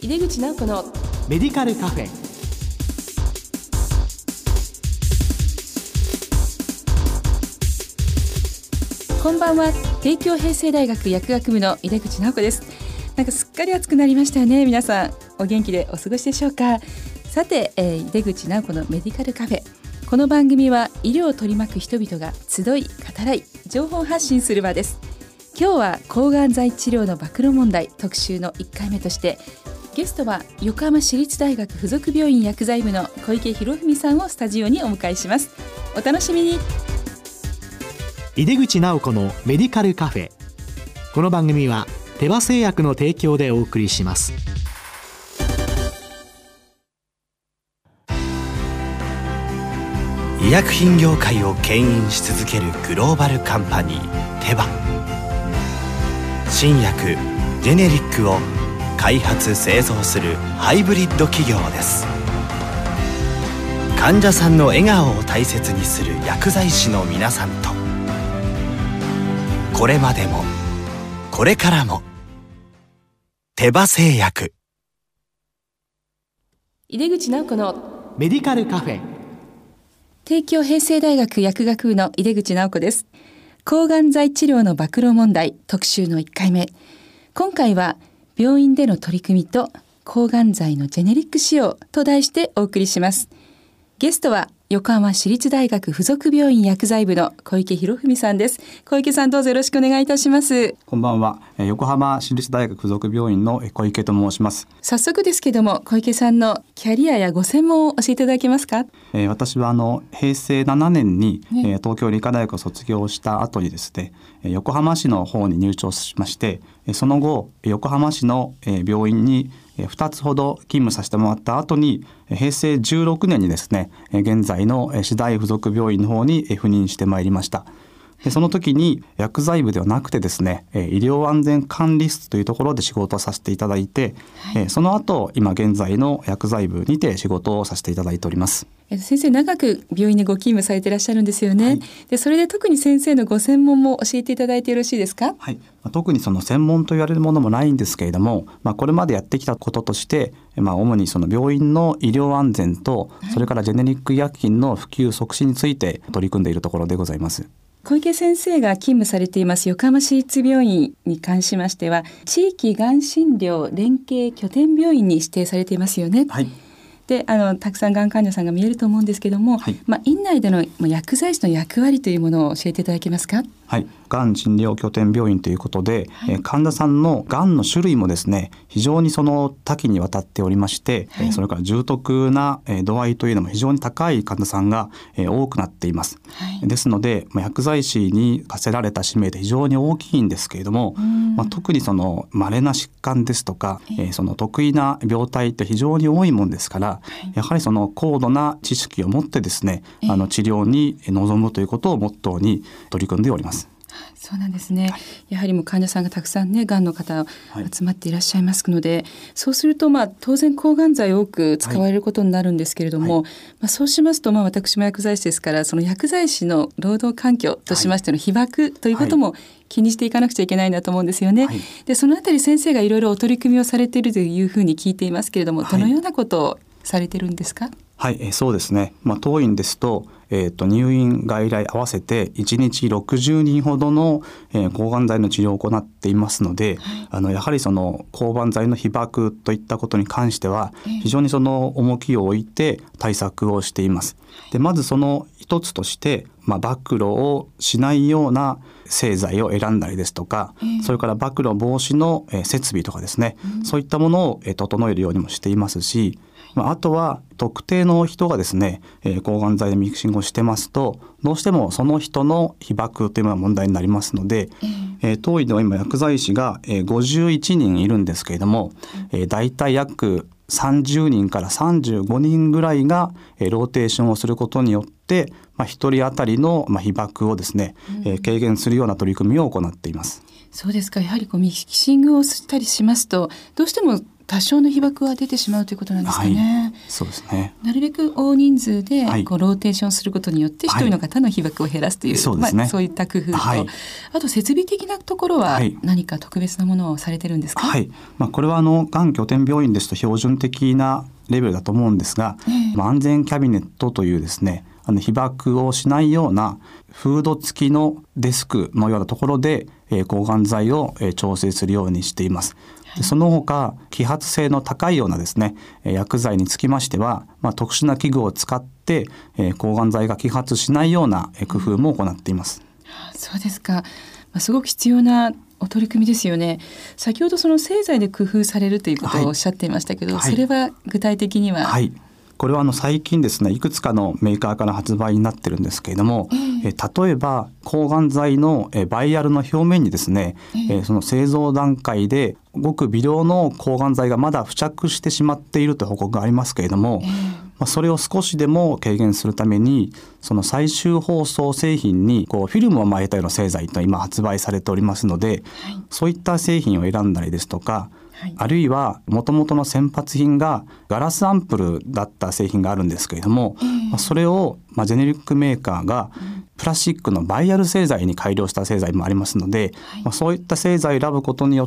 井出口直子のメディカルカフェ。 こんばんは。帝京平成大学薬学部の井出口直子です。なんかすっかり暑くなりましたよね。皆さんお元気でお過ごしでしょうか。さて、井出口直子のメディカルカフェ。この番組は医療を取り巻く人々が集い語らい情報発信する場です。今日は抗がん剤治療の暴露問題特集の1回目として、ゲストは横浜市立大学附属病院薬剤部の小池博文さんをスタジオにお迎えします。お楽しみに。 井出口直子のメディカルカフェ。この番組は手羽製薬の提供でお送りします。 医薬品業界を牽引し続けるグローバルカンパニーテバ。新薬ジェネリックを開発製造するハイブリッド企業です。患者さんの笑顔を大切にする薬剤師の皆さんと、これまでもこれからも手羽製薬。 井出口直子のメディカルカフェ。 帝京平成大学薬学部の井出口直子です。抗がん剤治療の暴露問題特集の1回目。今回は病院での取り組みと抗がん剤のジェネリック使用と題してお送りします。ゲストは横浜市立大学附属病院薬剤部の小池博文さんです。小池さん、どうぞよろしくお願いいたします。 こんばんは。横浜市立大学附属病院の小池と申します。 早速ですけども、小池さんのキャリアやご専門を教えていただけますか。 私は平成7年に、東京理科大学を卒業した後にですね、横浜市の方に入庁しまして、その後横浜市の病院に2つほど勤務させてもらった後に、平成16年にですね、現在の市大附属病院の方に赴任してまいりました。でその時に薬剤部ではなくてですね、医療安全管理室というところで仕事をさせていただいて、その後今現在の薬剤部にて仕事をさせていただいております。 先生、長く病院でご勤務されていらっしゃるんですよね。でそれで特に先生のご専門も教えていただいてよろしいですか。 特にその専門と言われるものもないんですけれども、これまでやってきたこととして、主にその病院の医療安全と、それからジェネリック医薬品の普及促進について取り組んでいるところでございます。 小池先生が勤務されています横浜市立病院に関しましては、地域がん診療連携拠点病院に指定されていますよね。でたくさんがん患者さんが見えると思うんですけども、院内での薬剤師の役割というものを教えていただけますか。 がん診療拠点病院ということで、患者さんのがんの種類もですね、非常にその多岐にわたっておりまして、それから重篤な度合いというのも非常に高い患者さんが多くなっています。ですので、薬剤師に課せられた使命で非常に大きいんですけれども、特にその稀な疾患ですとか、その得意な病態って非常に多いもんですから、やはりその高度な知識を持ってですね、治療に臨むということをモットーに取り組んでおります。 そうなんですね。やはりもう患者さんがたくさんね、がんの方集まっていらっしゃいますので、そうすると当然抗がん剤を多く使われることになるんですけれども、そうしますと私も薬剤師ですから、その薬剤師の労働環境としましての被爆ということも気にしていかなくちゃいけないんだと思うんですよね。でそのあたり先生がいろいろお取り組みをされているというふうに聞いていますけれども、どのようなことをされているんですか。 そうですね。当院ですと、入院外来合わせて1日60人ほどの、抗がん剤の治療を行っていますので、やはりその抗がん剤の被爆といったことに関しては非常にその重きを置いて対策をしています。でまずその一つとして、暴露をしないような製剤を選んだりですとか、それから暴露防止の設備とかですね、そういったものを整えるようにもしていますし、あとは特定の人がですね、抗がん剤でミキシングをしてますと、どうしてもその人の被爆というのが問題になりますので、当院では今薬剤師が51人いるんですけれども、だいたい約30人から35人ぐらいがローテーションをすることによって、1人当たりの被爆をですね、軽減するような取り組みを行っています。 そうですか。やはりミキシングをしたりしますと、どうしても多少の被曝は出てしまうということなんですかね。 そうですね。 なるべく大人数でこうローテーションすることによって一人の方の被曝を減らすという、そういった工夫と、あと設備的なところは何か特別なものをされてるんですか？ これはがん拠点病院ですと標準的なレベルだと思うんですが、安全キャビネットというですね、被曝をしないようなフード付きのデスクのようなところで抗がん剤を調整するようにしています。でその他揮発性の高いようなですね薬剤につきましては、特殊な器具を使って抗がん剤が揮発しないような工夫も行っています。 そうですか。すごく必要なお取り組みですよね。先ほどその製剤で工夫されるということをおっしゃっていましたけど、それは具体的には？ これは最近ですね、いくつかのメーカーから発売になってるんですけれども、例えば抗がん剤のバイアルの表面にですね、その製造段階でごく微量の抗がん剤がまだ付着してしまっているという報告がありますけれども、それを少しでも軽減するためにその最終包装製品にフィルムを巻いたような製剤と今発売されておりますので、そういった製品を選んだりですとか、あるいは元々の先発品がガラスアンプルだった製品があるんですけれども、それをジェネリックメーカーがプラスチックのバイアル製剤に改良した製剤もありますので、そういった製剤を選ぶことによって、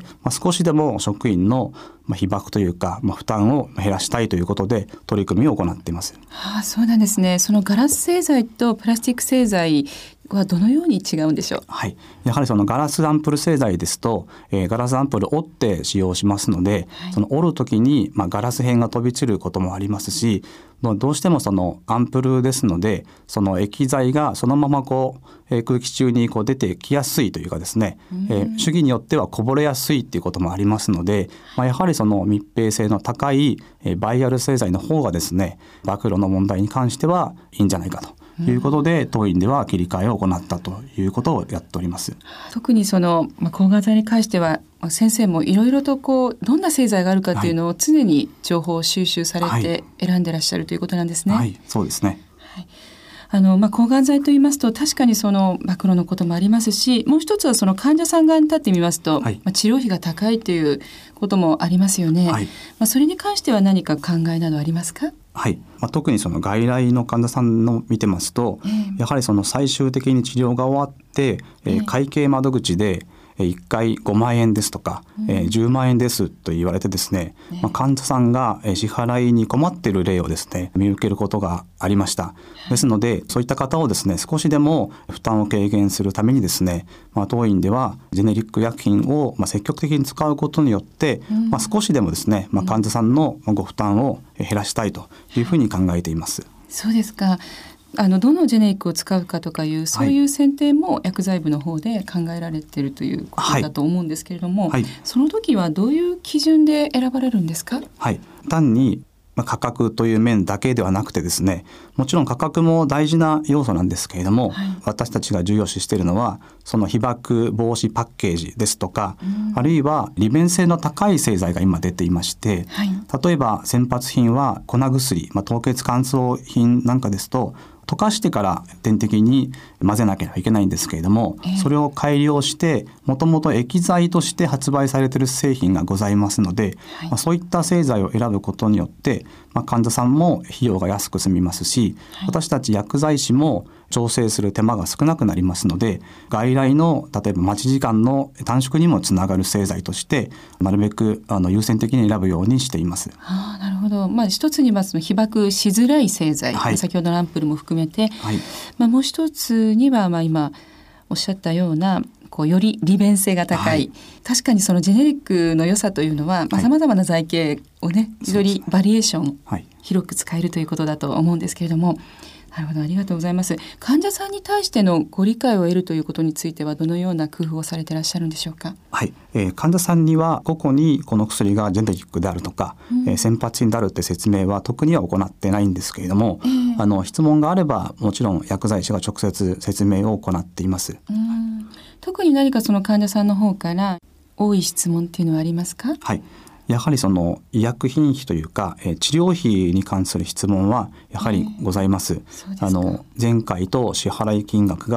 少しでも職員の被曝というか、負担を減らしたいということで取り組みを行っています。 そうなんですね。そのガラス製剤とプラスチック製剤はどのように違うんでしょう？ やはりそのガラスアンプル製剤ですと、ガラスアンプルを折って使用しますので、その折る時に、ガラス片が飛び散ることもありますし、どうしてもそのアンプルですので、その液剤がそのまま空気中に出てきやすいというかですね、主義によってはこぼれやすいということもありますので、やはりその密閉性の高いバイアル製剤の方がですね、暴露の問題に関してはいいんじゃないかということで、当院では切り替えを行ったということをやっております。 特にその抗がん剤に関しては先生もいろいろとどんな製剤があるかというのを常に情報を収集されて選んでらっしゃるということなんですね。 そうですね。 抗がん剤といいますと確かにその暴露のこともありますし、もう一つはその患者さん側に立ってみますと、治療費が高いということもありますよね。それに関しては何か考えなどありますか？ 特にその外来の患者さんの見てますと、やはりその最終的に治療が終わって、会計窓口で1回5万円ですとか、10万円ですと言われてですね、患者さんが支払いに困っている例をですね見受けることがありました。ですのでそういった方をですね少しでも負担を軽減するためにですね、当院ではジェネリック薬品を積極的に使うことによって、少しでもですね、患者さんのご負担を減らしたいというふうに考えています。 そうですか。どのジェネリックを使うかとかいうそういう選定も薬剤部の方で考えられているということだと思うんですけれども、その時はどういう基準で選ばれるんですか？ 単に価格という面だけではなくてですね、もちろん価格も大事な要素なんですけれども、私たちが重要視しているのはその被曝防止パッケージですとか、あるいは利便性の高い製剤が今出ていまして、例えば先発品は粉薬、凍結乾燥品なんかですと溶かしてから点滴に混ぜなければいけないんですけれども、それを改良してもともと液剤として発売されている製品がございますので、そういった製剤を選ぶことによって、患者さんも費用が安く済みますし、私たち薬剤師も調整する手間が少なくなりますので、外来の例えば待ち時間の短縮にもつながる製剤としてなるべく優先的に選ぶようにしています。 なるほど。一つにはその被曝しづらい製剤、先ほどのアンプルも含めて、もう一つには今おっしゃったようなより利便性が高い、確かにそのジェネリックの良さというのはさまざまな剤系をね、よりバリエーション広く使えるということだと思うんですけれども、なるほど、ありがとうございます。患者さんに対してのご理解を得るということについてはどのような工夫をされていらっしゃるんでしょうか？ 患者さんには個々にこの薬がジェネリックであるとか、先発品であるって説明は特には行ってないんですけれども、質問があればもちろん薬剤師が直接説明を行っています。 特に何かその患者さんの方から多い質問っていうのはありますか？ やはりその医薬品費というか、治療費に関する質問はやはりございます。前回と支払い金額が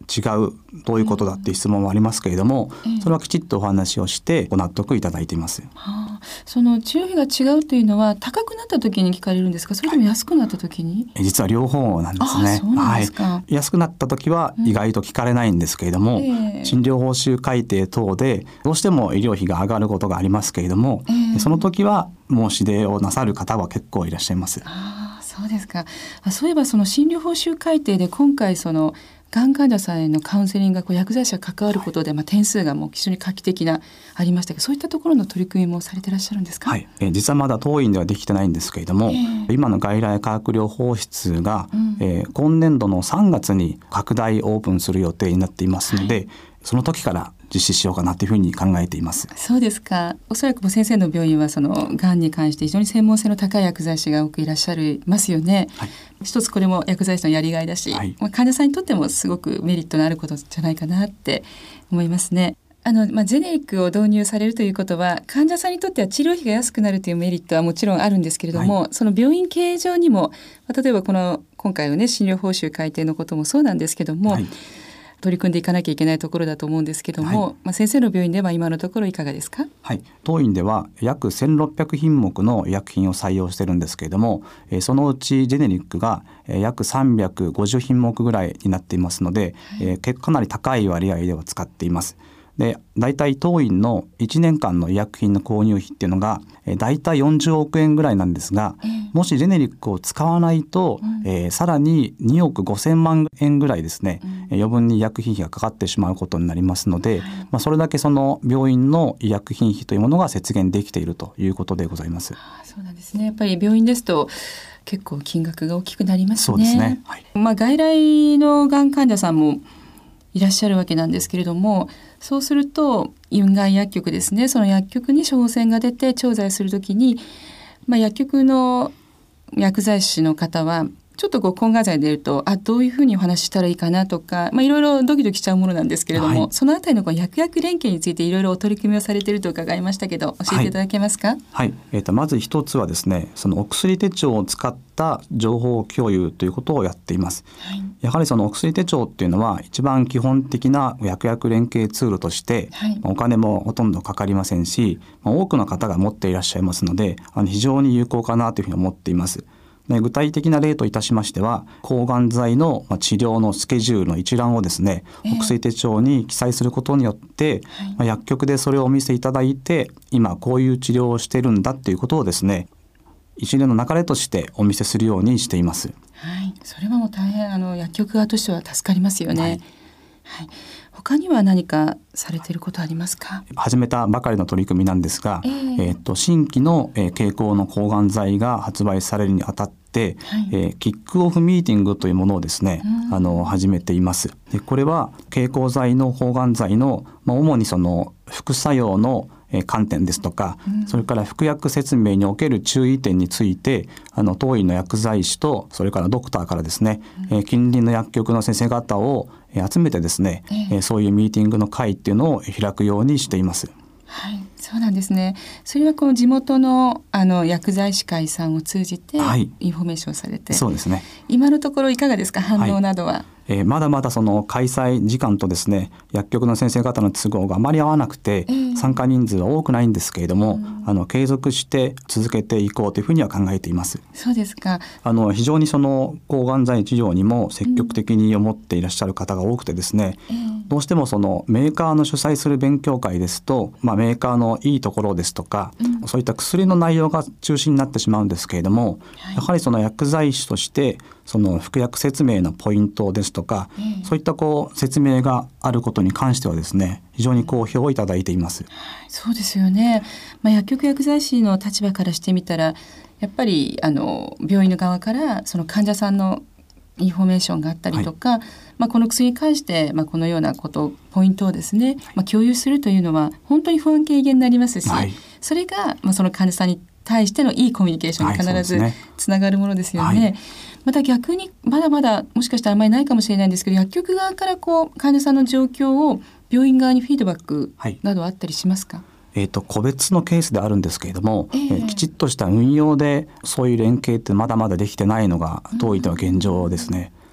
違うどういうことだっていう質問もありますけれども、それはきちっとお話をしてご納得いただいています。 その治療費が違うというのは高くなった時に聞かれるんですか、それとも安くなった時に？ 実は両方なんですね。 そうなんですか。 安くなった時は意外と聞かれないんですけれども、診療報酬改定等でどうしても医療費が上がることがありますけれども、その時は申し出をなさる方は結構いらっしゃいます。 そうですか。そういえばその診療報酬改定で今回そのがん患者さんへのカウンセリングが薬剤師が関わることで、点数がもう非常に画期的なありましたけど、そういったところの取り組みもされていらっしゃるんですか？ 実はまだ当院ではできてないんですけれども、今の外来化学療法室が、今年度の3月に拡大オープンする予定になっていますので、その時から実施しようかなというふうに考えています。 そうですか。おそらくも先生の病院はそのがんに関して非常に専門性の高い薬剤師が多くいらっしゃいますよね。一つこれも薬剤師のやりがいだし、患者さんにとってもすごくメリットのあることじゃないかなって思いますね。ジェネリックを導入されるということは患者さんにとっては治療費が安くなるというメリットはもちろんあるんですけれども、その病院経営上にも例えば今回のね診療報酬改定のこともそうなんですけども、取り組んでいかなきゃいけないところだと思うんですけども、先生の病院では今のところいかがですか？ 当院では約1600品目の医薬品を採用しているんですけれども、そのうちジェネリックが約350品目ぐらいになっていますので、かなり高い割合では使っています。で、だいたい当院の1年間の医薬品の購入費っていうのがだいたい40億円ぐらいなんですが、もしジェネリックを使わないと、さらに2億5000万円ぐらいですね、余分に医薬品費がかかってしまうことになりますので、それだけその病院の医薬品費というものが節減できているということでございます。 そうなんですね。やっぱり病院ですと結構金額が大きくなりますね。 そうですね。 外来のがん患者さんもいらっしゃるわけなんですけれども、そうすると院外薬局ですね、その薬局に処方箋が出て調剤するときに、薬局の薬剤師の方はちょっと抗がん剤出るとどういうふうにお話ししたらいいかなとか、いろいろドキドキしちゃうものなんですけれども、そのあたりの薬薬連携についていろいろお取り組みをされていると伺いましたけど、教えていただけますか？ まず一つはですね、そのお薬手帳を使った情報共有ということをやっています。やはりそのお薬手帳っていうのは一番基本的な薬薬連携ツールとして、お金もほとんどかかりませんし、多くの方が持っていらっしゃいますので、非常に有効かなというふうに思っています。具体的な例といたしましては、抗がん剤の治療のスケジュールの一覧をですね、お薬手帳に記載することによって、薬局でそれをお見せいただいて、今こういう治療をしているんだということをですね、一連の流れとしてお見せするようにしています。 それはもう大変薬局側としては助かりますよね。他には何かされていることありますか？ 始めたばかりの取り組みなんですが、新規の経口の抗がん剤が発売されるにあたって、キックオフミーティングというものをですね、始めています。で、これは経口剤の抗がん剤の、主にその副作用の観点ですとか、それから服薬説明における注意点について当院の薬剤師とそれからドクターからですね、近隣の薬局の先生方を集めてですね、そういうミーティングの会っていうのを開くようにしています。 そうなんですね。それはこの地元の薬剤師会さんを通じてインフォメーションされて、 そうですね。 今のところいかがですか、反応などは？ まだまだその開催時間とですね、薬局の先生方の都合があまり合わなくて、参加人数は多くないんですけれども、継続して続けていこうというふうには考えています。 そうですか。 非常にその抗がん剤治療にも積極的に思っていらっしゃる方が多くてですね、どうしてもそのメーカーの主催する勉強会ですと、メーカーのいいところですとか、そういった薬の内容が中心になってしまうんですけれども、やはりその薬剤師としてその服薬説明のポイントですとか、そういった説明があることに関してはですね、非常に好評をいただいています。 そうですよね。薬局薬剤師の立場からしてみたら、やっぱり病院の側からその患者さんのインフォメーションがあったりとか、この薬に関して、このようなことポイントをですね、共有するというのは本当に不安軽減になりますし、それが、その患者さんに対してのいいコミュニケーションに必ずつながるものですよね。また逆にまだまだもしかしたらあまりないかもしれないんですけど、薬局側から患者さんの状況を病院側にフィードバックなどあったりしますか？ 個別のケースであるんですけれども、きちっとした運用でそういう連携ってまだまだできてないのが当院では現状ですね。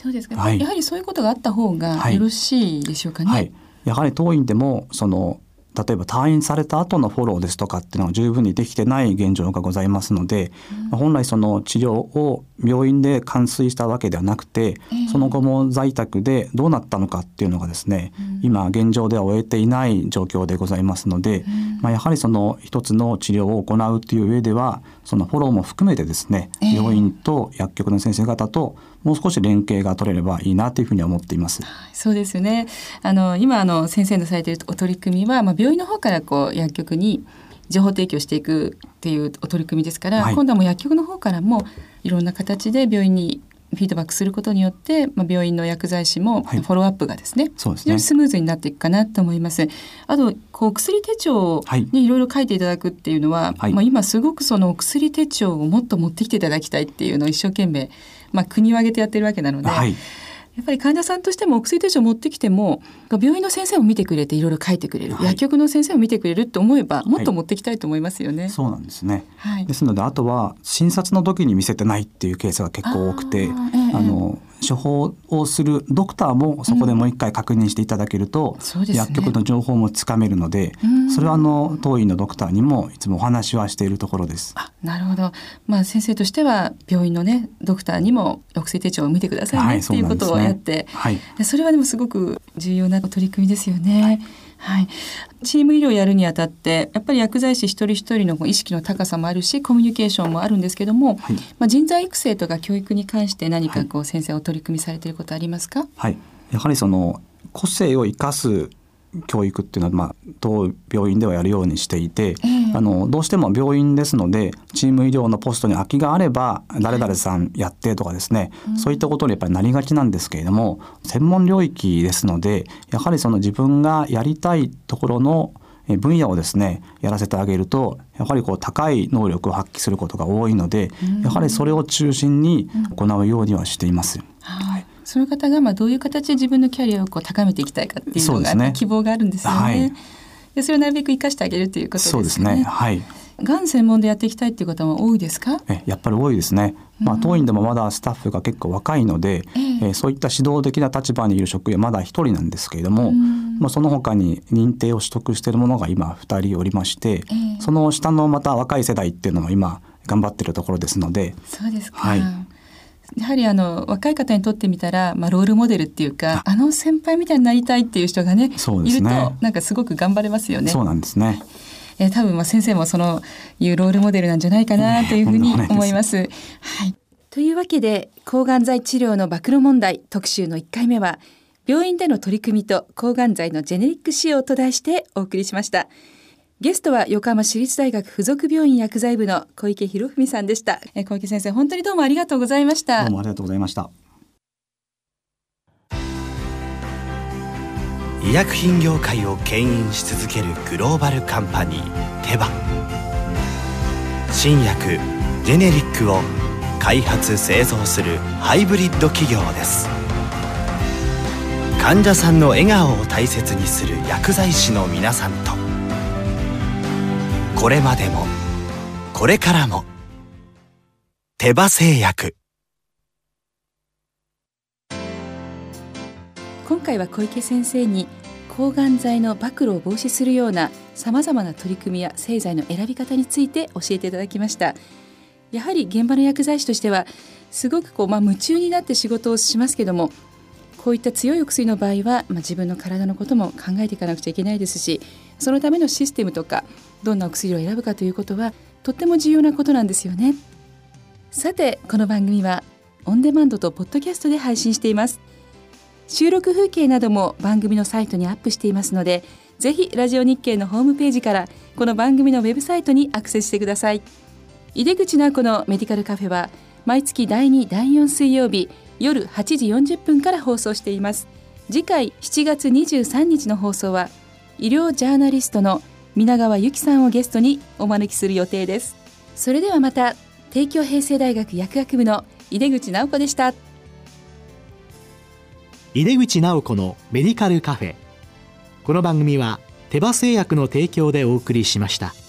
そうですか、 はい、 やはりそういうことがあった方がよろしいでしょうかね。 はい、やはり当院でも例えば退院された後のフォローですとかっていうのが十分にできてない現状がございますので、本来その治療を病院で完遂したわけではなくて、その後も在宅でどうなったのかっていうのがですね、今現状では終えていない状況でございますので、やはりその一つの治療を行うという上ではそのフォローも含めてですね、病院と薬局の先生方ともう少し連携が取れればいいなというふうに思っています。 そうですよね。今先生のされているお取り組みは、病院の方から薬局に情報提供していくっていうお取り組みですから、今度はもう薬局の方からもいろんな形で病院にフィードバックすることによって、病院の薬剤師もフォローアップがですね、非常にスムーズになっていくかなと思います。あと薬手帳にいろいろ書いていただくっていうのは、今すごくその薬手帳をもっと持ってきていただきたいっていうのを一生懸命、国を挙げてやってるわけなので、やっぱり患者さんとしてもお薬手帳持ってきても病院の先生を見てくれていろいろ書いてくれる、薬局の先生を見てくれると思えばもっと持ってきたいと思いますよね。 そうなんですね。ですのであとは診察の時に見せてないっていうケースが結構多くて、処方をするドクターもそこでもう一回確認していただけると、薬局の情報もつかめるので、それは当院のドクターにもいつもお話はしているところです。 なるほど。先生としては病院のねドクターにもお薬手帳を見てくださいね、っていうことをやって、それはでもすごく重要な取り組みですよね。チーム医療をやるにあたってやっぱり薬剤師一人一人の意識の高さもあるしコミュニケーションもあるんですけども、人材育成とか教育に関して何か先生お取り組みされていることありますか？ やはりその個性を生かす教育っていうのは、当病院ではやるようにしていて、どうしても病院ですのでチーム医療のポストに空きがあれば誰々さんやってとかですね、そういったことにやっぱりなりがちなんですけれども、専門領域ですのでやはりその自分がやりたいところの分野をですねやらせてあげるとやはり高い能力を発揮することが多いので、やはりそれを中心に行うようにはしています。 その方がどういう形で自分のキャリアを高めていきたいかっていうのが、希望があるんですよね。でそれをなるべく生かしてあげるということですね。そうですね。がん専門でやっていきたいっていう方も多いですか？ やっぱり多いですね。当院でもまだスタッフが結構若いので、そういった指導的な立場にいる職員はまだ1人なんですけれども、その他に認定を取得しているものが今2人おりまして、その下のまた若い世代っていうのも今頑張っているところですので。 そうですか。やはり若い方にとってみたら、ロールモデルっていうか先輩みたいになりたいっていう人がね、いるとなんかすごく頑張れますよね。 そうなんですね。 多分先生もいうロールモデルなんじゃないかなというふうに思います。というわけで抗がん剤治療の暴露問題特集の1回目は病院での取り組みと抗がん剤のジェネリック使用と題してお送りしました。ゲストは横浜市立大学附属病院薬剤部の小池博文さんでした。小池先生、本当にどうもありがとうございました。 どうもありがとうございました。 医薬品業界を牽引し続けるグローバルカンパニーテバ、新薬ジェネリックを開発製造するハイブリッド企業です。患者さんの笑顔を大切にする薬剤師の皆さんと、これまでもこれからもテバ製薬。 今回は小池先生に抗がん剤の暴露を防止するようなさまざまな取り組みや製剤の選び方について教えていただきました。やはり現場の薬剤師としてはすごく夢中になって仕事をしますけども、こういった強いお薬の場合は、自分の体のことも考えていかなくちゃいけないですし、そのためのシステムとかどんなお薬を選ぶかということはとっても重要なことなんですよね。さて、この番組はオンデマンドとポッドキャストで配信しています。収録風景なども番組のサイトにアップしていますので、ぜひラジオ日経のホームページからこの番組のウェブサイトにアクセスしてください。井出口直子のメディカルカフェは毎月第2、第4水曜日夜8時40分から放送しています。次回7月23日の放送は医療ジャーナリストの皆川由紀さんをゲストにお招きする予定です。それではまた。帝京平成大学薬学部の井出口直子でした。 井出口直子のメディカルカフェ。この番組はテバ製薬の提供でお送りしました。